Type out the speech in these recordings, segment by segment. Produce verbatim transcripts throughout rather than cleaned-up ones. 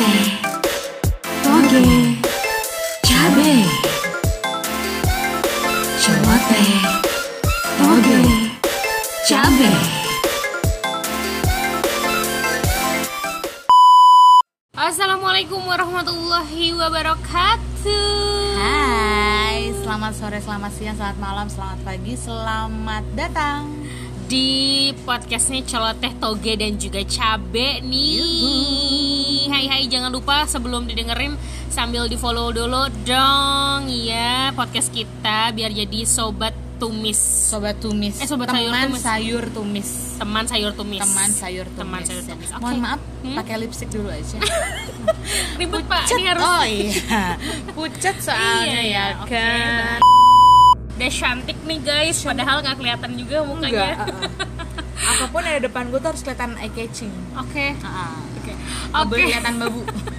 Celoteh, toge, cabe. Celoteh, toge, cabe. Assalamualaikum warahmatullahi wabarakatuh. Hai, selamat sore, selamat siang, selamat malam, selamat pagi, selamat datang Di podcastnya Celoteh, Toge, dan juga Cabe nih. Yuhu. Hai hai, jangan lupa sebelum didengerin sambil di follow dulu dong ya podcast kita biar jadi sobat tumis. Sobat tumis. Eh, sobat sayur Teman tumis. sayur tumis. Teman sayur tumis. Teman sayur tumis. Teman sayur tumis. Oke. Mohon maaf, Hmm? pakai lipstick dulu aja. Ribet Pak, Pucet. ini harus Oh iya, pucet soalnya Iya, ya oke, kan. udah cantik nih guys, padahal nggak kelihatan juga mukanya. Enggak, uh-uh. Apapun yang ada depan gue tuh harus kelihatan eye catching. Oke. Uh-uh. Oke. Nggak boleh Oke. kelihatan babu.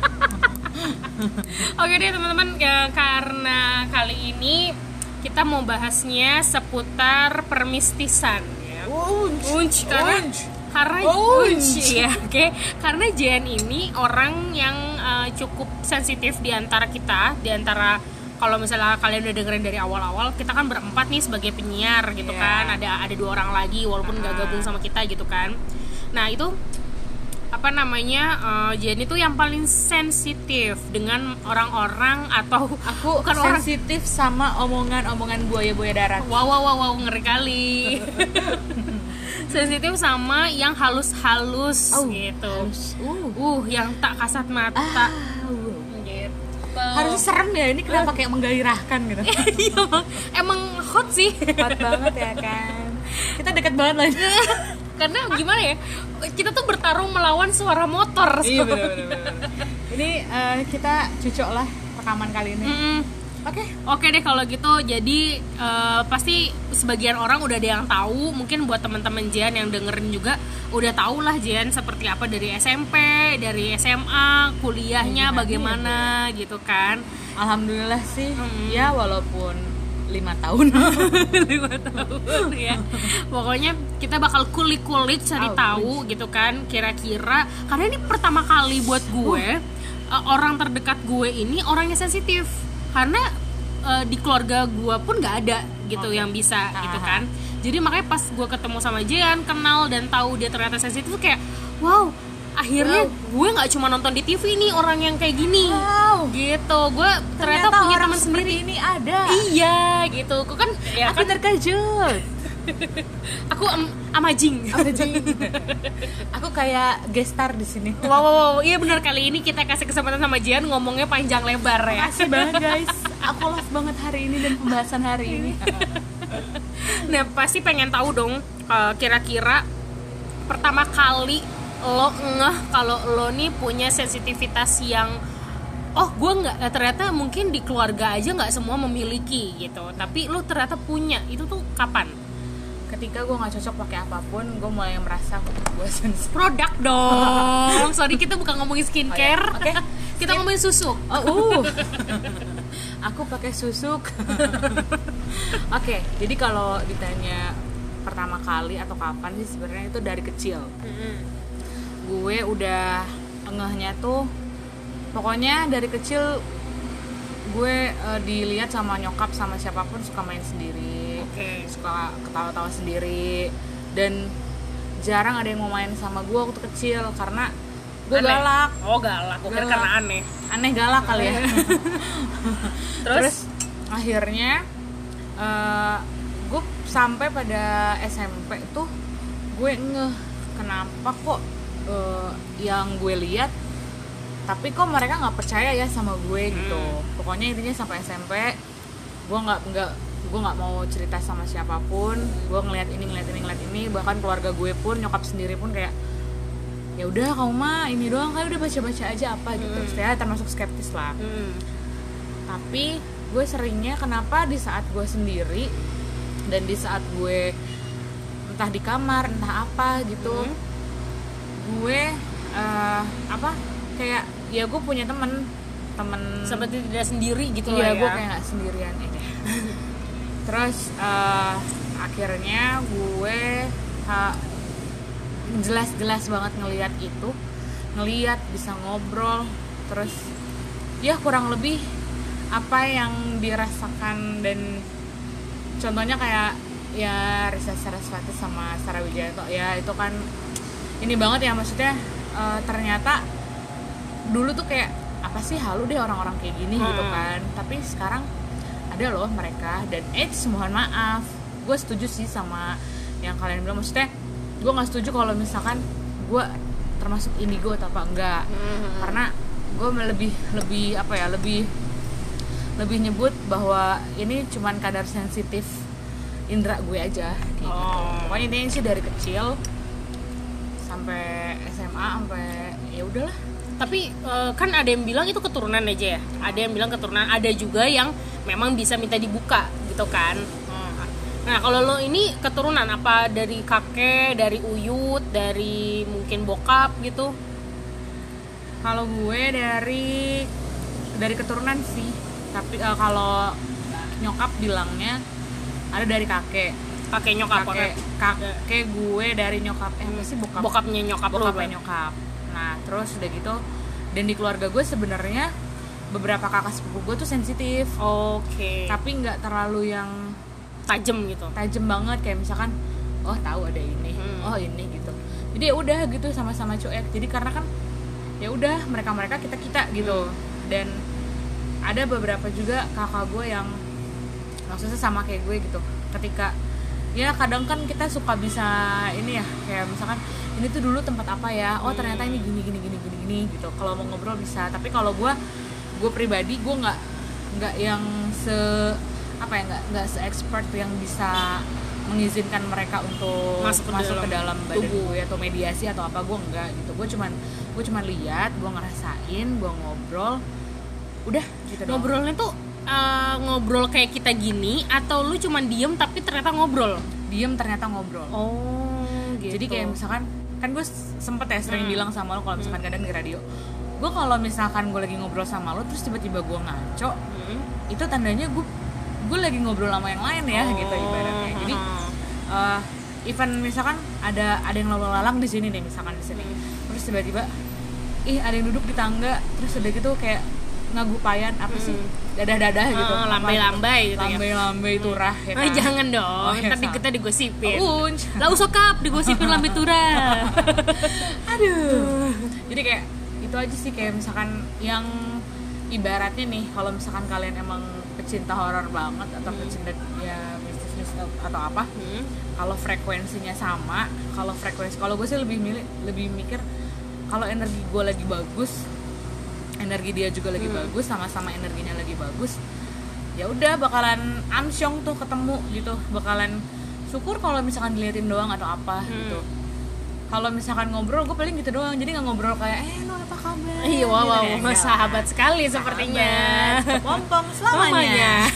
Oke deh teman-teman, ya, karena kali ini kita mau bahasnya seputar permistisan ya. Unj. Unj karena Unj. karena Unj. unj ya, oke. Karena Jen ini orang yang uh, cukup sensitif di antara kita, di antara kalau misalnya kalian udah dengerin dari awal-awal, kita kan berempat nih sebagai penyiar gitu Yeah. kan. Ada ada dua orang lagi walaupun nggak Ah. gabung sama kita gitu kan. Nah, itu apa namanya, uh, Jen itu yang paling sensitif dengan orang-orang atau Aku bukan orang. sensitif sama omongan-omongan buaya-buaya darat. Wow wow wow, wow ngeri kali. Sensitif sama yang halus-halus Oh, gitu. halus. Uh. Uh, yang tak kasat mata. Ah, Gitu. harusnya serem ya, ini kenapa kayak menggairahkan gitu. Iya, emang, emang hot sih. Kuat banget ya kan. Kita deket banget lah. Karena gimana ya? Kita tuh bertarung melawan suara motor. Iya benar-benar. Ini eh, kita cocok lah rekaman kali ini. Mm-mm. Oke. Oke deh kalau gitu, jadi eh, pasti sebagian orang udah ada yang tahu. Mungkin buat teman-teman Jian yang dengerin juga udah tahu lah Jian seperti apa dari S M P, dari S M A, kuliahnya Gimana bagaimana gitu kan. Alhamdulillah sih. Mm. Ya walaupun lima tahun. Lima tahun ya. Pokoknya kita bakal kulik-kulik cari Oh, tahu gitu kan, kira-kira karena ini pertama kali buat gue, uh, orang terdekat gue ini orangnya sensitif. Karena uh, di keluarga gue pun nggak ada gitu Oke. yang bisa Aha. gitu kan. Jadi makanya pas gue ketemu sama Jian, kenal dan tahu dia ternyata sensitif tuh kayak wow, akhirnya Wow. gue nggak cuma nonton di T V nih orang yang kayak gini. Wow. Gitu. Gue ternyata, punya orang teman sendiri. seperti ini ada. Iya, gitu. Aku kan ya Aku kan terkejut. aku am amazing. Amazing. Aku kayak guest star di sini. Wow, wow, wow, iya benar, kali ini kita kasih kesempatan sama Jian ngomongnya panjang lebar ya. Makasih banget guys. Aku love banget hari ini dan pembahasan hari ini. Nah, pasti pengen tahu dong, uh, kira-kira pertama kali lo ngeh kalau lo nih punya sensitivitas yang oh gue nggak, ternyata mungkin di keluarga aja nggak semua memiliki gitu, tapi lo ternyata punya, itu tuh kapan? Ketika gue nggak cocok pakai apapun, gue mulai merasa gue sensitif. Produk dong. Sorry, kita bukan ngomongin skincare. Oh, ya. Oke. Kita Skip. ngomongin susu. Oh, uh. Aku pakai susuk. Oke, jadi kalau ditanya pertama kali atau kapan sih, sebenarnya itu dari kecil. Gue udah ngehnya tuh, pokoknya dari kecil gue uh, dilihat sama nyokap sama siapapun suka main sendiri, Oke. suka ketawa-tawa sendiri, dan jarang ada yang mau main sama gue waktu kecil karena gue Aneh. galak. Oh galak, gue kira Galak. karena aneh. Aneh galak kali ya. Terus? Terus akhirnya uh, gue sampai pada S M P tuh gue ngeh kenapa kok uh, yang gue lihat tapi kok mereka nggak percaya ya sama gue gitu. Hmm. Pokoknya intinya sampai S M P gue nggak nggak gue nggak mau cerita sama siapapun. Gue ngeliat ini ngeliat ini ngeliat ini, bahkan keluarga gue pun, nyokap sendiri pun kayak ya udah kamu mah ini doang kan, udah baca-baca aja apa gitu. Hmm. Saya termasuk skeptis lah. Hmm. Tapi gue seringnya kenapa di saat gue sendiri dan di saat gue entah di kamar entah apa gitu, Hmm. gue uh, apa kayak ya gue punya temen temen Seperti tidak sendiri gitu iya, lah ya. gue kayak nggak sendirian aja. Terus uh, akhirnya gue ha, jelas-jelas banget ngelihat itu, ngelihat bisa ngobrol terus ya kurang lebih apa yang dirasakan, dan contohnya kayak ya Risa Sarasvati sama Sarah Wijayanto ya, itu kan ini banget ya, maksudnya uh, ternyata dulu tuh kayak apa sih halu deh orang-orang kayak gini hmm. gitu kan, tapi sekarang ada loh mereka. Dan eh mohon maaf, gue setuju sih sama yang kalian bilang, maksudnya gue nggak setuju kalau misalkan gue termasuk indigo atau apa enggak, hmm. karena gue lebih lebih apa ya lebih lebih nyebut bahwa ini cuman kadar sensitif indera gue aja kayak oh. gitu. Pokoknya intinya sih dari kecil sampai S M A sampai ya udahlah. Tapi uh, kan ada yang bilang itu keturunan aja ya, ada yang bilang keturunan, ada juga yang memang bisa minta dibuka gitu kan. Nah kalau lo ini keturunan apa, dari kakek, dari uyut, dari mungkin bokap gitu? Kalau gue dari dari keturunan sih, tapi uh, kalau nyokap bilangnya ada dari kakek. Kakek nyokap. Kakek, kakek gue dari nyokap. Eh apa sih bokap? Bokapnya nyokap. Bokapnya nyokap. Nah terus udah gitu, dan di keluarga gue sebenarnya beberapa kakak sepupu gue tuh sensitif. Oke. Okay. Tapi nggak terlalu yang tajam gitu, tajam banget kayak misalkan oh tahu ada ini, hmm. oh ini gitu. Jadi ya udah gitu sama-sama cuek. Jadi karena kan ya udah mereka mereka kita kita gitu. Hmm. Dan ada beberapa juga kakak gue yang maksudnya sama kayak gue gitu. Ketika ya kadang kan kita suka bisa ini ya kayak misalkan ini tuh dulu tempat apa ya, oh ternyata ini gini gini gini gini gini gitu. Kalau mau ngobrol bisa. Tapi kalau gue gue pribadi gue nggak nggak yang se apa ya nggak nggak se-expert yang bisa mengizinkan mereka untuk masuk, masuk ke dalam badan tubuh gue atau mediasi atau apa, gue enggak gitu. Gue cuman gue cuman lihat, gue ngerasain, gue ngobrol, udah gitu. Ngobrolnya tuh uh, ngobrol kayak kita gini atau lu cuman diem tapi ternyata ngobrol? Diem ternyata ngobrol. Oh gitu. Jadi kayak misalkan kan gue sempet ya sering hmm. bilang sama lo kalau misalkan hmm. kadang di radio, gue kalau misalkan gue lagi ngobrol sama lo terus tiba-tiba gue ngaco, hmm. itu tandanya gue gue lagi ngobrol sama yang lain ya, oh. gitu ibaratnya. Jadi uh, even misalkan ada ada yang lalu lalang di sini nih, misalkan di sini, hmm. terus tiba-tiba ih ada yang duduk di tangga, terus udah gitu kayak ngagupayan apa sih, hmm. dadah-dadah gitu, oh, lambai-lambai gitu, lambai-lambai ya? turah ya kan? Oh, jangan dong, oh, ya, ntar kita digosipin. Unj. Lah usokap digosipin lambai turah. Aduh. Jadi kayak itu aja sih, kayak misalkan yang ibaratnya nih, kalau misalkan kalian emang pecinta horor banget atau hmm. pecinta ya mistis atau apa, hmm. kalau frekuensinya sama, kalau frekuensi kalau gue sih lebih milih lebih mikir kalau energi gue lagi bagus, energi dia juga lagi hmm. bagus, sama-sama energinya lagi bagus, ya udah bakalan amsyong tuh ketemu gitu, bakalan syukur kalau misalkan diliatin doang atau apa hmm. gitu. Kalau misalkan ngobrol gue paling gitu doang, jadi nggak ngobrol kayak eh lo apa kabar. Iya wow, wow. Gitu, ya. Sahabat sekali sepertinya. Pompong selamanya.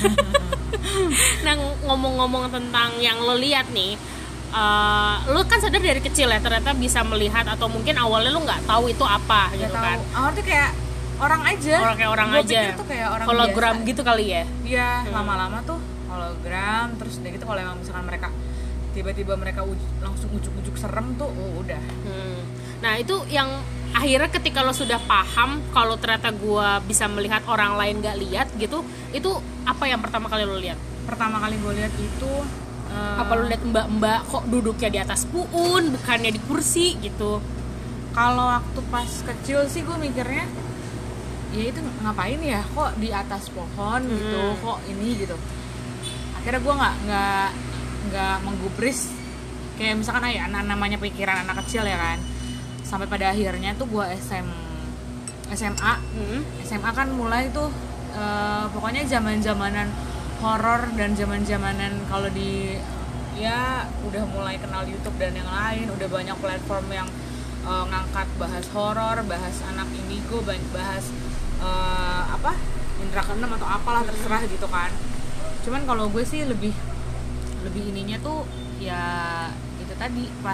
Nah ngomong-ngomong tentang yang lo lihat nih, uh, lo kan sadar dari kecil ya ternyata bisa melihat, atau mungkin awalnya lo nggak tahu itu apa gak gitu tahu. Kan? Awalnya tuh kayak orang aja. Orang kayak orang gua aja. Tuh kayak orang hologram biasa. Gitu kali ya? Iya, hmm. lama-lama tuh hologram, terus udah gitu kalau emang misalkan mereka tiba-tiba mereka uj- langsung ujuk-ujuk serem tuh, oh udah. Hmm. Nah itu yang akhirnya ketika lo sudah paham kalau ternyata gue bisa melihat orang lain gak lihat gitu, itu apa yang pertama kali lo lihat? Pertama kali gue lihat itu uh, apa lo lihat mbak-mbak kok duduknya di atas puun bukannya di kursi gitu? Kalau waktu pas kecil sih gue mikirnya ya itu ngapain ya kok di atas pohon hmm. gitu, kok ini gitu. Akhirnya gue nggak nggak nggak menggubris kayak misalkan aja anak namanya pikiran anak kecil ya kan, sampai pada akhirnya tuh gue S M S M A hmm. S M A kan mulai tuh uh, pokoknya zaman zamanan horor dan zaman zamanan kalau di ya udah mulai kenal YouTube dan yang lain, udah banyak platform yang uh, ngangkat bahas horor, bahas anak indigo, bahas uh, apa indra keenam atau apalah terserah gitu kan. Cuman kalau gue sih lebih lebih ininya tuh ya itu tadi pas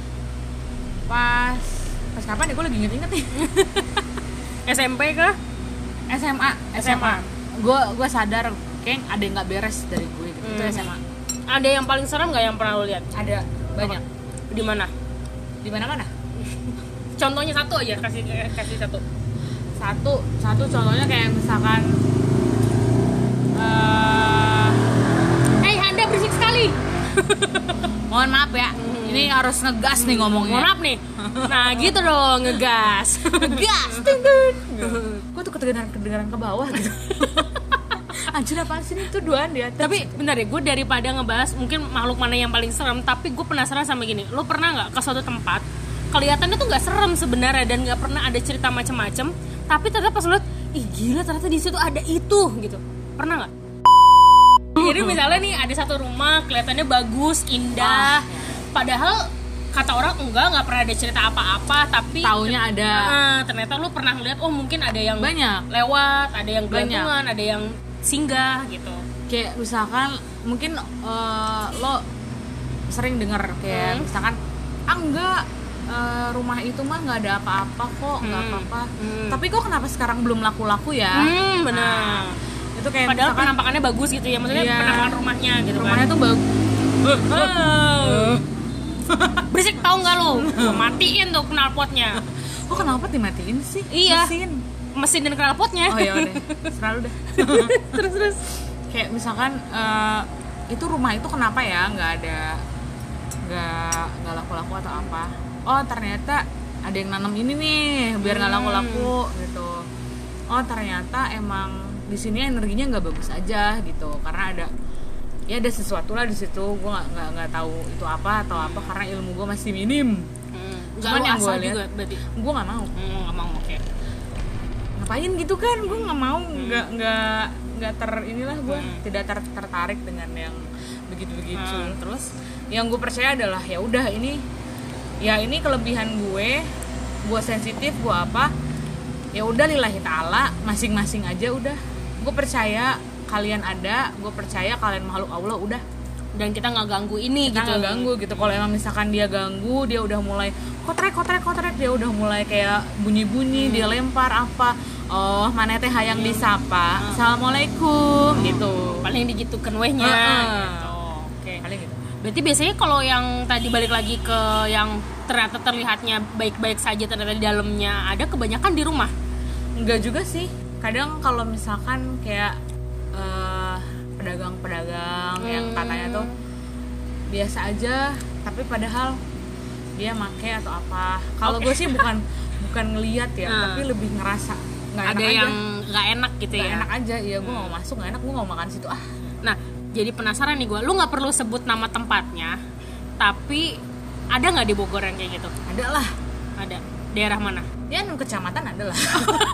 pas pas kapan ya gue lagi inget-inget nih. S M P kah? S M A S M A gue gue sadar kayak ada yang nggak beres dari gue gitu. Hmm. Itu S M A. Ada yang paling serem nggak yang pernah lo lihat? Ada banyak. Di mana? Di mana mana? Contohnya satu aja, kasih kasih satu. satu satu contohnya kayak misalkan uh, Eh, Anda berisik sekali. mohon maaf ya, hmm. ini harus ngegas nih ngomongnya. Mohon maaf nih. Nah, gitu dong, ngegas. Ngegas. Tindun. Gue tuh kedengaran kedengaran ke bawah gitu. Anjir apaan sih ini tuduhan di atas. Tapi bentar ya, gue daripada ngebahas mungkin makhluk mana yang paling serem, tapi gue penasaran sama gini. Lo pernah nggak ke suatu tempat kelihatannya tuh nggak serem sebenarnya dan nggak pernah ada cerita macam-macam, tapi ternyata pas lo liat, ih gila ternyata di situ ada itu gitu. Pernah nggak? Jadi misalnya nih ada satu rumah kelihatannya bagus, indah, ah, ya. Padahal kata orang enggak nggak pernah ada cerita apa-apa, tapi taunya ada. Nah, ternyata lo pernah ngeliat, oh mungkin ada yang banyak lewat, ada yang banyak, gelantungan, ada yang singgah gitu. Kayak misalkan mungkin uh, lo sering dengar kayak hmm. misalkan ah enggak uh, rumah itu mah nggak ada apa-apa kok, nggak hmm. apa-apa. Hmm. Tapi kok kenapa sekarang belum laku-laku ya? Hmm, benar. Nah, itu kayak padahal misalkan, penampakannya bagus gitu ya, maksudnya iya, penampakan rumahnya gitu. Rumahnya kan. tuh bagus. Berisik tau nggak lo? Matiin tuh knalpotnya. Kok knalpot dimatiin sih? Iya. Mesin. Mesin dan knalpotnya. Oh ya udah, selalu deh. terus terus. Kayak misalkan uh, itu rumah itu kenapa ya nggak ada nggak nggak laku-laku atau apa? Oh ternyata ada yang nanam ini nih biar nggak hmm. laku-laku gitu. Oh ternyata emang di sini energinya nggak bagus aja gitu karena ada ya ada sesuatu lah di situ. Gue nggak nggak nggak tahu itu apa atau apa karena ilmu gue masih minim. Hmm. Cuman yang gue lihat, gue nggak mau. Hmm, nggak mau, oke. Okay. Ngapain gitu kan? Gue nggak mau, nggak hmm. nggak nggak ter inilah gue hmm. tidak ter, tertarik dengan yang begitu-begitu. Hmm. Terus yang gue percaya adalah ya udah ini ya ini kelebihan gue, gue sensitif, gue apa? Ya udah lillahi ta'ala, masing-masing aja udah. Gue percaya kalian ada, gue percaya kalian makhluk Allah udah. Dan kita nggak ganggu ini kita gitu. Nggak ganggu gitu. Kalau emang misalkan dia ganggu, dia udah mulai kotrek kotrek kotrek, dia udah mulai kayak bunyi-bunyi, hmm. dia lempar apa. Oh, mana teh hayang hmm. disapa. Hmm. Assalamualaikum hmm. gitu. Paling digitukan wehnya. Uh-uh. Gitu. Oke. Okay. Paling gitu. Berarti biasanya kalau yang tadi balik lagi ke yang ternyata terlihatnya baik-baik saja ternyata di dalamnya ada, kebanyakan di rumah. Enggak juga sih. Kadang kalau misalkan kayak uh, pedagang-pedagang hmm. yang katanya tuh biasa aja, tapi padahal dia make atau apa. Kalau okay. gue sih bukan bukan ngelihat ya, hmm. tapi lebih ngerasa nggak enak ada aja. yang nggak enak gitu gak ya. Enak aja, ya gue nggak mau masuk, nggak enak, gue nggak mau makan situ ah. Nah, jadi penasaran nih gue, lu nggak perlu sebut nama tempatnya, tapi ada nggak di Bogor yang kayak gitu? Ada lah. Ada. Daerah mana? Ya enam kecamatan ada lah.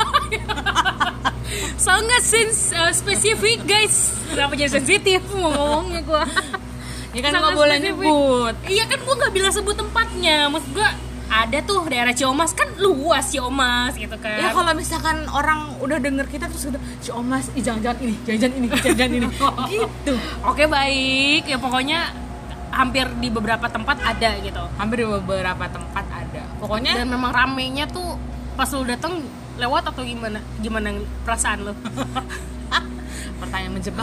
Sangat sens uh, spesifik guys. Kenapa jadi sensitif mau ngomongnya gue? Ya kan nggak boleh nyebut. Iya kan gue nggak bilang sebut tempatnya. Maksud gue ada tuh daerah Ciamas, kan luas Ciamas gitu kan. Ya kalau misalkan orang udah denger kita terus gitu, Ciamas, ih jangan-jangan ini, jangan-jangan ini, jangan-jangan ini. Gitu. Oke baik. Ya pokoknya hampir di beberapa tempat ada gitu. Hampir di beberapa tempat ada. Pokoknya dan memang ramenya tuh pas lu dateng lewat atau gimana? Gimana perasaan lu? Pertanyaan menjebak.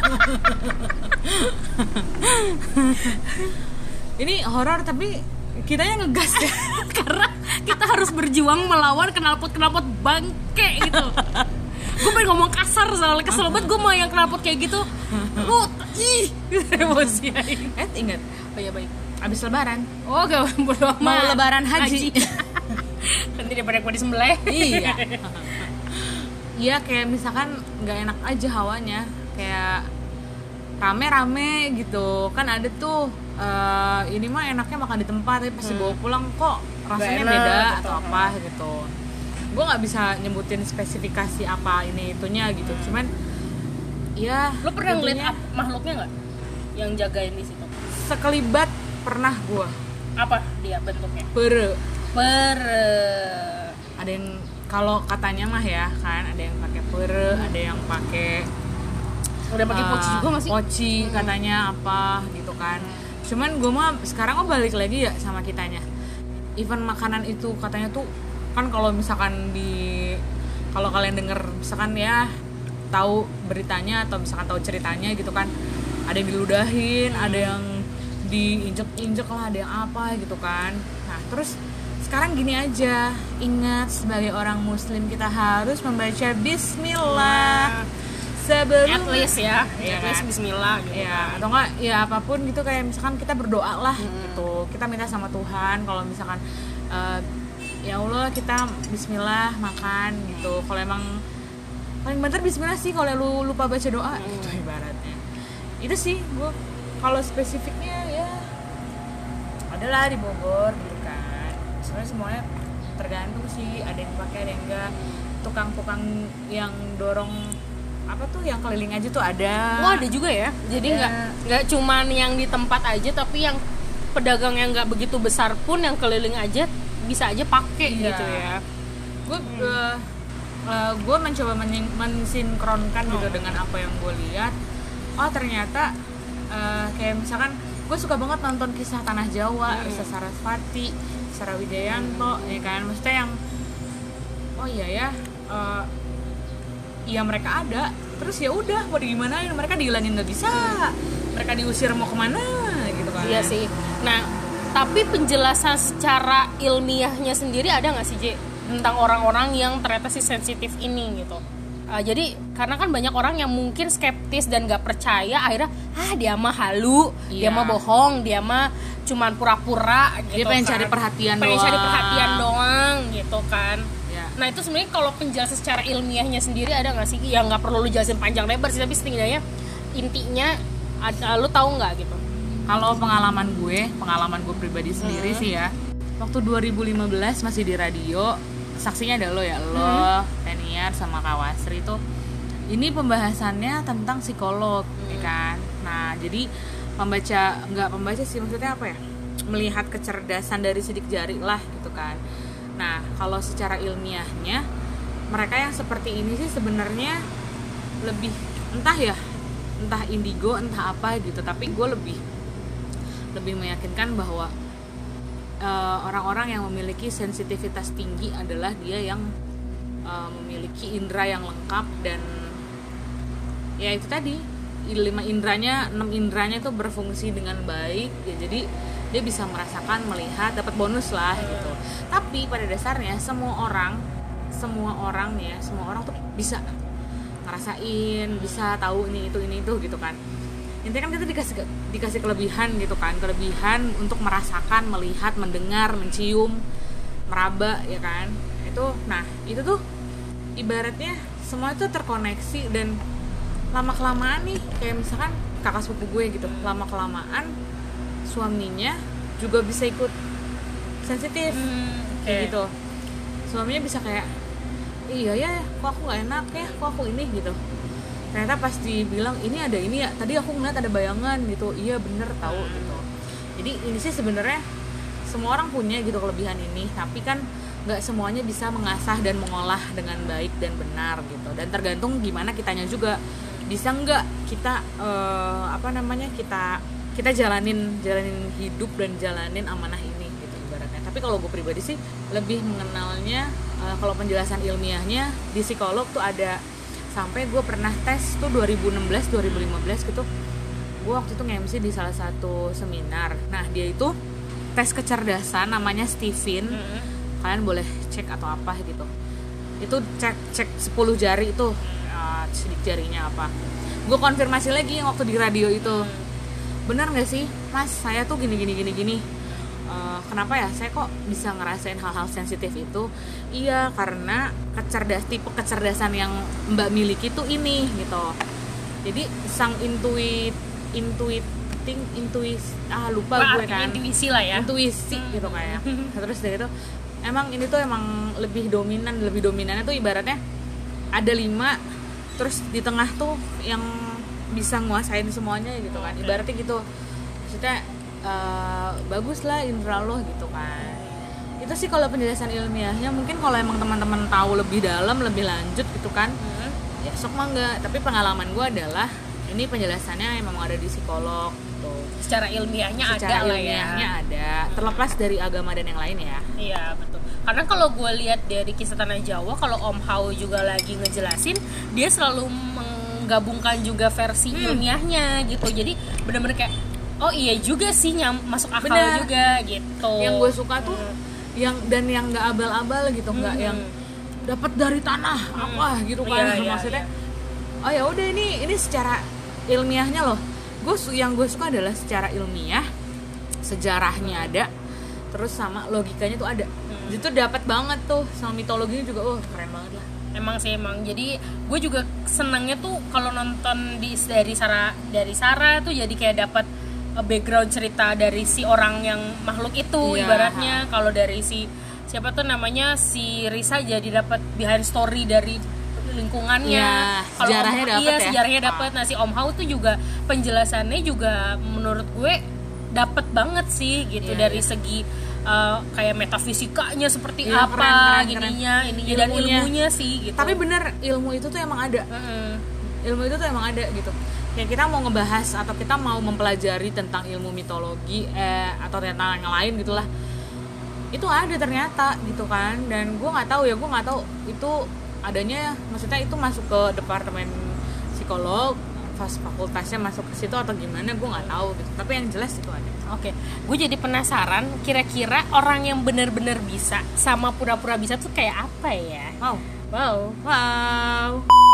Ini horor tapi kitanya ngegas ya. Karena kita harus berjuang melawan knalpot-knalpot bangke gitu. Gue pengen ngomong kasar soalnya kesel banget gue mau yang knalpot kayak gitu. Lu ih emosi. Eh ingat, oh ya baik. Abis lebaran. Oh gak bodo amat. Mau lebaran haji. Nanti daripada gue disembelih. Iya. Iya kayak misalkan nggak enak aja hawanya, kayak rame-rame gitu. Kan ada tuh uh, ini mah enaknya makan di tempat, tapi pasti hmm. bawa pulang kok rasanya enak, beda gitu. atau apa gitu. Gue nggak bisa nyebutin spesifikasi apa ini itunya gitu. Hmm. Cuman ya. Lo pernah ngeliat makhluknya nggak yang jagain di situ? Sekelibat pernah gue. Apa dia bentuknya? Pere. Pere. Ada yang kalau katanya mah ya kan, ada yang pakai pere, hmm. ada yang pakai udah pakai uh, poci juga masih poci hmm. katanya apa gitu kan. Cuman gue mah sekarang gue balik lagi ya sama kitanya. Even makanan itu katanya tuh kan kalau misalkan di kalau kalian denger misalkan ya tahu beritanya atau misalkan tahu ceritanya gitu kan, ada yang diludahin, ada yang diinjek-injek lah, ada yang apa gitu kan. Nah terus sekarang gini aja, ingat sebagai orang muslim kita harus membaca bismillah sebelum At least ya, Iya at least kan? bismillah gitu ya kan. atau enggak ya apapun gitu, kayak misalkan kita berdoa lah Hmm. gitu, kita minta sama Tuhan kalau misalkan eh, ya Allah kita bismillah makan gitu. Kalau emang paling bener bismillah sih kalau lu lupa baca doa Hmm. gitu ibaratnya. Itu sih gue kalau spesifiknya ya adalah di Bogor gitu kan. Sebenarnya semuanya tergantung sih, ada yang pakai ada yang enggak. Tukang-tukang yang dorong apa tuh yang keliling aja tuh ada. Wah, ada juga ya. Jadi Ada. nggak nggak cuman yang di tempat aja, tapi yang pedagang yang nggak begitu besar pun yang keliling aja bisa aja pakai Iya. gitu ya. Gue uh, uh, gue mencoba men- mensinkronkan gitu Oh. dengan apa yang gue lihat. Oh ternyata uh, kayak misalkan gue suka banget nonton kisah Tanah Jawa, Hmm. Risa Sarasvati, Sarah Wijayanto, ya kan, maksudnya yang oh iya ya, uh, iya mereka ada, terus ya udah mau digimanain, mereka dihilangin nggak bisa, mereka diusir mau kemana gitu kan. Iya sih. Nah, tapi penjelasan secara ilmiahnya sendiri ada nggak sih, J, tentang orang-orang yang ternyata si sensitif ini gitu? Uh, jadi karena kan banyak orang yang mungkin skeptis dan nggak percaya, akhirnya ah dia mah halu, dia Iya. mah bohong, dia mah cuman pura-pura gitu. Dia pengen kan. cari perhatian pengen doang. cari perhatian doang gitu kan. Ya. Nah itu sebenarnya kalau penjelasan secara ilmiahnya sendiri ada nggak sih? Ya nggak perlu lu jelasin panjang lebar sih, tapi setidaknya intinya ada, lu tahu nggak gitu? Kalau pengalaman gue, pengalaman gue pribadi sendiri Hmm. sih ya. Waktu dua ribu lima belas masih di radio, saksinya ada lo ya, lo, Teniar sama Kawasri itu. Ini pembahasannya tentang psikolog, ya kan. Nah, jadi membaca, nggak membaca sih, maksudnya apa ya? Melihat kecerdasan dari sidik jari lah gitu kan. Nah, kalau secara ilmiahnya, mereka yang seperti ini sih sebenarnya lebih entah ya, entah indigo, entah apa gitu. Tapi gue lebih lebih meyakinkan bahwa uh, orang-orang yang memiliki sensitivitas tinggi adalah dia yang uh, memiliki indera yang lengkap, dan ya itu tadi lima indranya, enam indranya itu berfungsi dengan baik ya, jadi dia bisa merasakan, melihat, dapat bonus lah gitu. Tapi pada dasarnya semua orang semua orang nih ya, semua orang tuh bisa ngerasain, bisa tahu ini itu ini itu gitu kan. Intinya kan kita dikasih dikasih kelebihan gitu kan, kelebihan untuk merasakan, melihat, mendengar, mencium, meraba ya kan. Itu nah, itu tuh ibaratnya semua itu terkoneksi, dan lama-kelamaan nih kayak misalkan kakak sepupu gue gitu, lama-kelamaan suaminya juga bisa ikut sensitif kayak oke. gitu. Suaminya bisa kayak iya ya, kok aku nggak enak ya, kok aku ini gitu. Ternyata pas dibilang ini ada ini ya, tadi aku ngeliat ada bayangan gitu, iya bener tahu gitu. Jadi ini sih sebenarnya semua orang punya gitu kelebihan ini, tapi kan nggak semuanya bisa mengasah dan mengolah dengan baik dan benar gitu. Dan tergantung gimana kitanya juga, bisa nggak kita eh, apa namanya kita kita jalanin jalanin hidup dan jalanin amanah ini gitu ibaratnya. Tapi kalau gue pribadi sih lebih mengenalnya eh, kalau penjelasan ilmiahnya di psikolog tuh ada, sampai gue pernah tes tuh dua ribu enam belas dua ribu lima belas gitu. Gue waktu itu nge-M C di salah satu seminar. Nah dia itu tes kecerdasan, namanya Steven. Mm-hmm. Kalian boleh cek atau apa gitu. Itu cek cek sepuluh jari itu uh, sidik jarinya apa. Gue konfirmasi lagi yang waktu di radio itu. Benar nggak sih mas, saya tuh gini gini gini gini. Uh, kenapa ya saya kok bisa ngerasain hal-hal sensitif itu? Iya karena kecerdas tipe kecerdasan yang mbak miliki tuh ini gitu. Jadi sang intuit intuiting intuis ah lupa Wah, gue kan intuisi lah ya. intuisi gitu kayak. Nah, terus dari itu emang ini tuh emang lebih dominan, lebih dominannya tuh ibaratnya ada lima, terus di tengah tuh yang bisa nguasain semuanya gitu kan. Ibaratnya gitu, maksudnya uh, bagus lah indra lo gitu kan. Itu sih kalau penjelasan ilmiahnya. Mungkin kalau emang teman-teman tahu lebih dalam, lebih lanjut gitu kan, Hmm. ya sok mah enggak. Tapi pengalaman gue adalah ini penjelasannya memang ada di psikolog gitu. Secara ilmiahnya Secara ada lah ya. ilmiahnya ada, terlepas dari agama dan yang lain ya. Iya betul. Karena kalau gue lihat dari kisah Tanah Jawa, kalau Om Hao juga lagi ngejelasin, dia selalu menggabungkan juga versi Hmm. ilmiahnya gitu. Jadi benar-benar kayak oh iya juga sih, nyam masuk akal Benar. juga gitu. Yang gue suka tuh Hmm. yang dan yang nggak abal-abal gitu, nggak Hmm. yang dapat dari tanah apa gitu kan. Iya, iya, Maksudnya oh ya udah ini ini secara ilmiahnya loh. Gue yang gue suka adalah secara ilmiah, sejarahnya ada, terus sama logikanya tuh ada. Hmm. Itu dapat banget tuh, sama mitologinya juga, oh keren banget lah. Emang sih emang. Jadi gue juga senangnya tuh kalau nonton di dari Sarah dari Sarah tuh jadi kayak dapat uh, background cerita dari si orang yang makhluk itu. Iya. Ibaratnya kalau dari si siapa tuh namanya si Risa jadi dapat behind story dari lingkungannya. Iya, Kalau sejarahnya Om- dapet iya, ya. sejarahnya dapat. Nah si Om Hao tuh juga penjelasannya juga menurut gue dapat banget sih gitu. Iya, dari iya. segi uh, kayak metafisikanya seperti Iya, apa keren, keren, keren. gininya ininya dan Ilmunya. ilmunya sih gitu. Tapi bener, ilmu itu tuh emang ada. Mm-mm. Ilmu itu tuh emang ada gitu. Kayak kita mau ngebahas atau kita mau mempelajari tentang ilmu mitologi eh, atau tentang yang lain gitulah, itu ada ternyata gitu kan. Dan gue nggak tahu ya, gue nggak tahu itu adanya, maksudnya itu masuk ke departemen psikolog, pas fakultasnya masuk ke situ atau gimana, gue nggak tahu gitu. Tapi yang jelas itu ada. Oke, gue jadi penasaran kira-kira orang yang benar-benar bisa sama pura-pura bisa tuh kayak apa ya? Wow, Wow. wow.